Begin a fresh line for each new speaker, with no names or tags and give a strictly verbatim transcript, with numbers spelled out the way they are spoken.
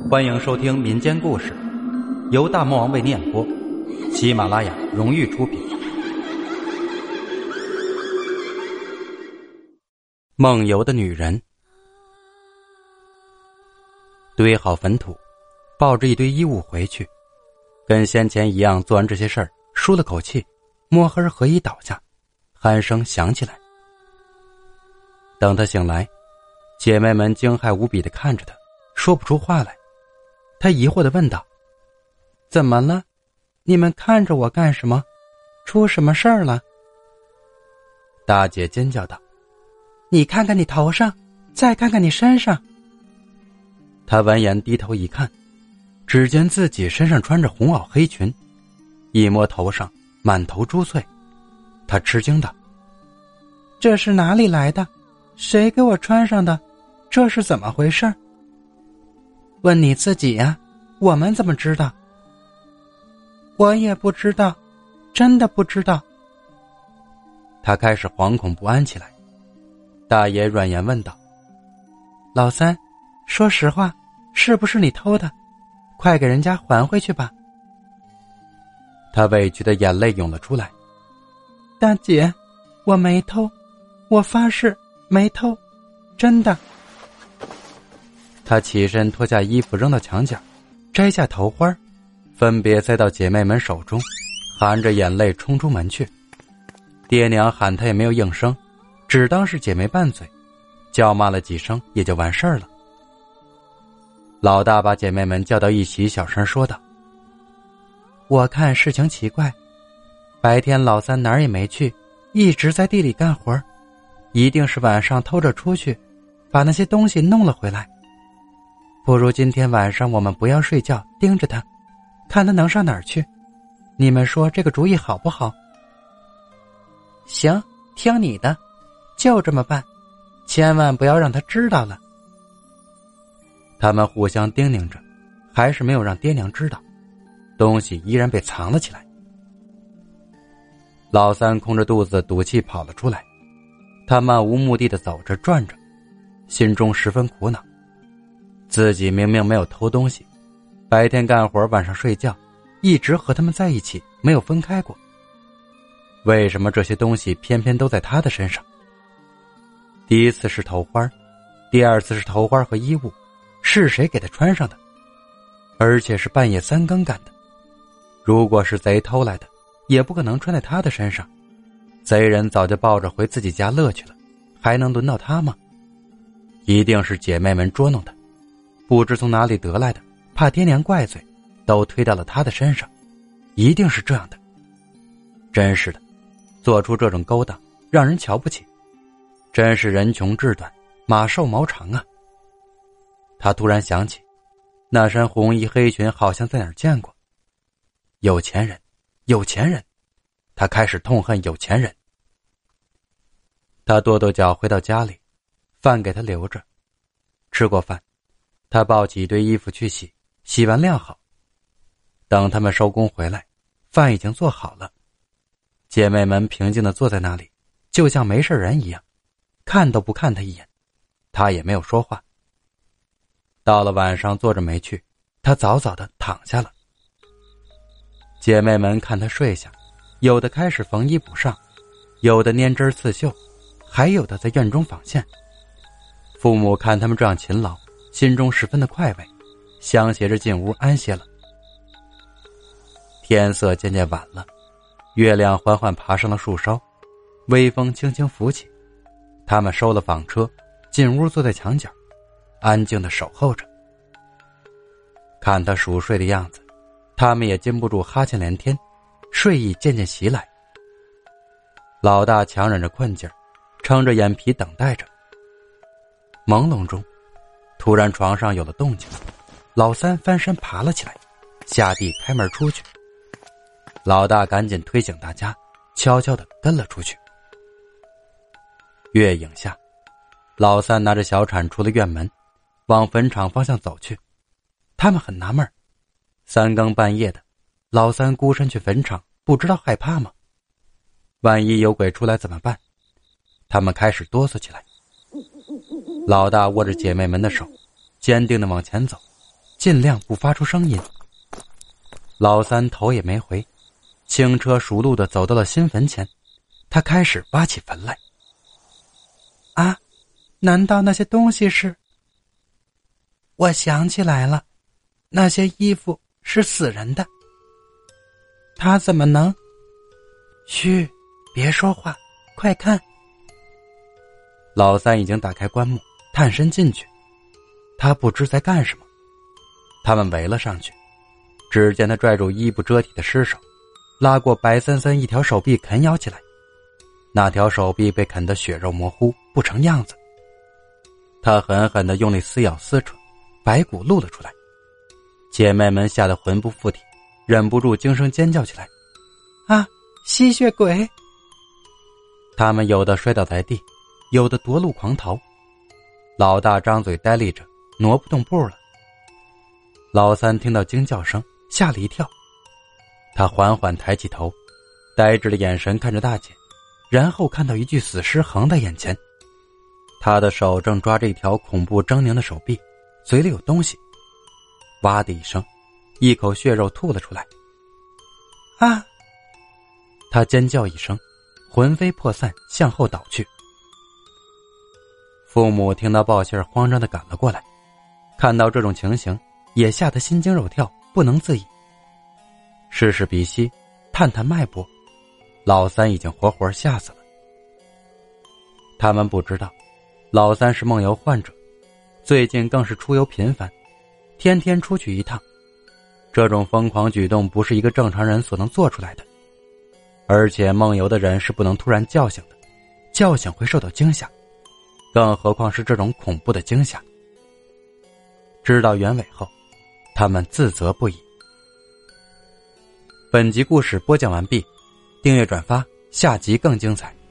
欢迎收听民间故事，由大魔王为你演播，喜马拉雅荣誉出品。梦游的女人。堆好坟土，抱着一堆衣物回去，跟先前一样做完这些事儿，舒了口气，摸黑合衣倒下，鼾声响起来。等他醒来，姐妹们惊骇无比地看着他，说不出话来。他疑惑地问道：怎么了？你们看着我干什么？出什么事儿了？大姐尖叫道：你看看你头上，再看看你身上。他闻言低头一看，只见自己身上穿着红袄黑裙，一摸头上满头珠翠。他吃惊道：这是哪里来的？谁给我穿上的？这是怎么回事？问你自己呀，我们怎么知道？我也不知道，真的不知道。他开始惶恐不安起来。大爷软言问道：老三，说实话，是不是你偷的？快给人家还回去吧。他委屈的眼泪涌了出来。大姐，我没偷，我发誓没偷，真的。他起身脱下衣服扔到墙角，摘下头花，分别塞到姐妹们手中，含着眼泪冲出门去。爹娘喊他也没有应声，只当是姐妹拌嘴，叫骂了几声也就完事儿了。老大把姐妹们叫到一起，小声说道：我看事情奇怪，白天老三哪儿也没去，一直在地里干活，一定是晚上偷着出去，把那些东西弄了回来。不如今天晚上我们不要睡觉，盯着他，看他能上哪儿去。你们说这个主意好不好？行，听你的，就这么办，千万不要让他知道了。他们互相叮咛着，还是没有让爹娘知道，东西依然被藏了起来。老三空着肚子赌气跑了出来，他漫无目的地走着转着，心中十分苦恼。自己明明没有偷东西，白天干活晚上睡觉，一直和他们在一起，没有分开过。为什么这些东西偏偏都在他的身上？第一次是头花，第二次是头花和衣物，是谁给他穿上的？而且是半夜三更干的。如果是贼偷来的，也不可能穿在他的身上，贼人早就抱着回自己家乐去了，还能轮到他吗？一定是姐妹们捉弄他，不知从哪里得来的，怕爹娘怪罪，都推到了他的身上，一定是这样的。真是的，做出这种勾当，让人瞧不起，真是人穷志短，马瘦毛长啊。他突然想起，那身红衣黑裙好像在哪儿见过。有钱人，有钱人，他开始痛恨有钱人。他跺跺脚回到家里，饭给他留着。吃过饭，他抱起一堆衣服去洗，洗完晾好。等他们收工回来，饭已经做好了。姐妹们平静地坐在那里，就像没事人一样，看都不看他一眼，他也没有说话。到了晚上坐着没去，他早早地躺下了。姐妹们看他睡下，有的开始缝衣补上，有的拈针刺绣，还有的在院中纺线。父母看他们这样勤劳，心中十分的快慰，相携着进屋安歇了。天色渐渐晚了，月亮缓缓爬上了树梢，微风轻轻拂起。他们收了纺车，进屋坐在墙角，安静地守候着。看他熟睡的样子，他们也禁不住哈欠连天，睡意渐渐袭来。老大强忍着困劲儿，撑着眼皮等待着。朦胧中，突然床上有了动静，老三翻身爬了起来，下地开门出去。老大赶紧推醒大家，悄悄地跟了出去。月影下，老三拿着小铲出了院门，往坟场方向走去。他们很纳闷，三更半夜的，老三孤身去坟场，不知道害怕吗？万一有鬼出来怎么办？他们开始哆嗦起来。老大握着姐妹们的手，坚定地往前走， 尽量不发出声音。老三头也没回，轻车熟路地走到了新坟前，他开始挖起坟来。啊，难道那些东西是……我想起来了，那些衣服是死人的。他怎么能……嘘，别说话，快看。老三已经打开棺木，探身进去，他不知在干什么。他们围了上去，只见他拽住衣不遮体的尸首，拉过白森森一条手臂啃咬起来，那条手臂被啃得血肉模糊，不成样子。他狠狠地用力撕咬撕扯，白骨露了出来。姐妹们吓得魂不附体，忍不住惊声尖叫起来。啊，吸血鬼！他们有的摔倒在地，有的夺路狂逃。老大张嘴呆立着，挪不动步了。老三听到惊叫声，吓了一跳。他缓缓抬起头，呆滞的眼神看着大姐，然后看到一具死尸横在眼前。他的手正抓着一条恐怖狰狞的手臂，嘴里有东西。哇的一声，一口血肉吐了出来。啊！他尖叫一声，魂飞魄散，向后倒去。父母听到报信，慌张地赶了过来，看到这种情形，也吓得心惊肉跳，不能自已。试试鼻息，探探脉搏，老三已经活活吓死了。他们不知道，老三是梦游患者，最近更是出游频繁，天天出去一趟。这种疯狂举动不是一个正常人所能做出来的，而且梦游的人是不能突然叫醒的，叫醒会受到惊吓，更何况是这种恐怖的惊吓。知道原委后，他们自责不已。本集故事播讲完毕，订阅转发，下集更精彩。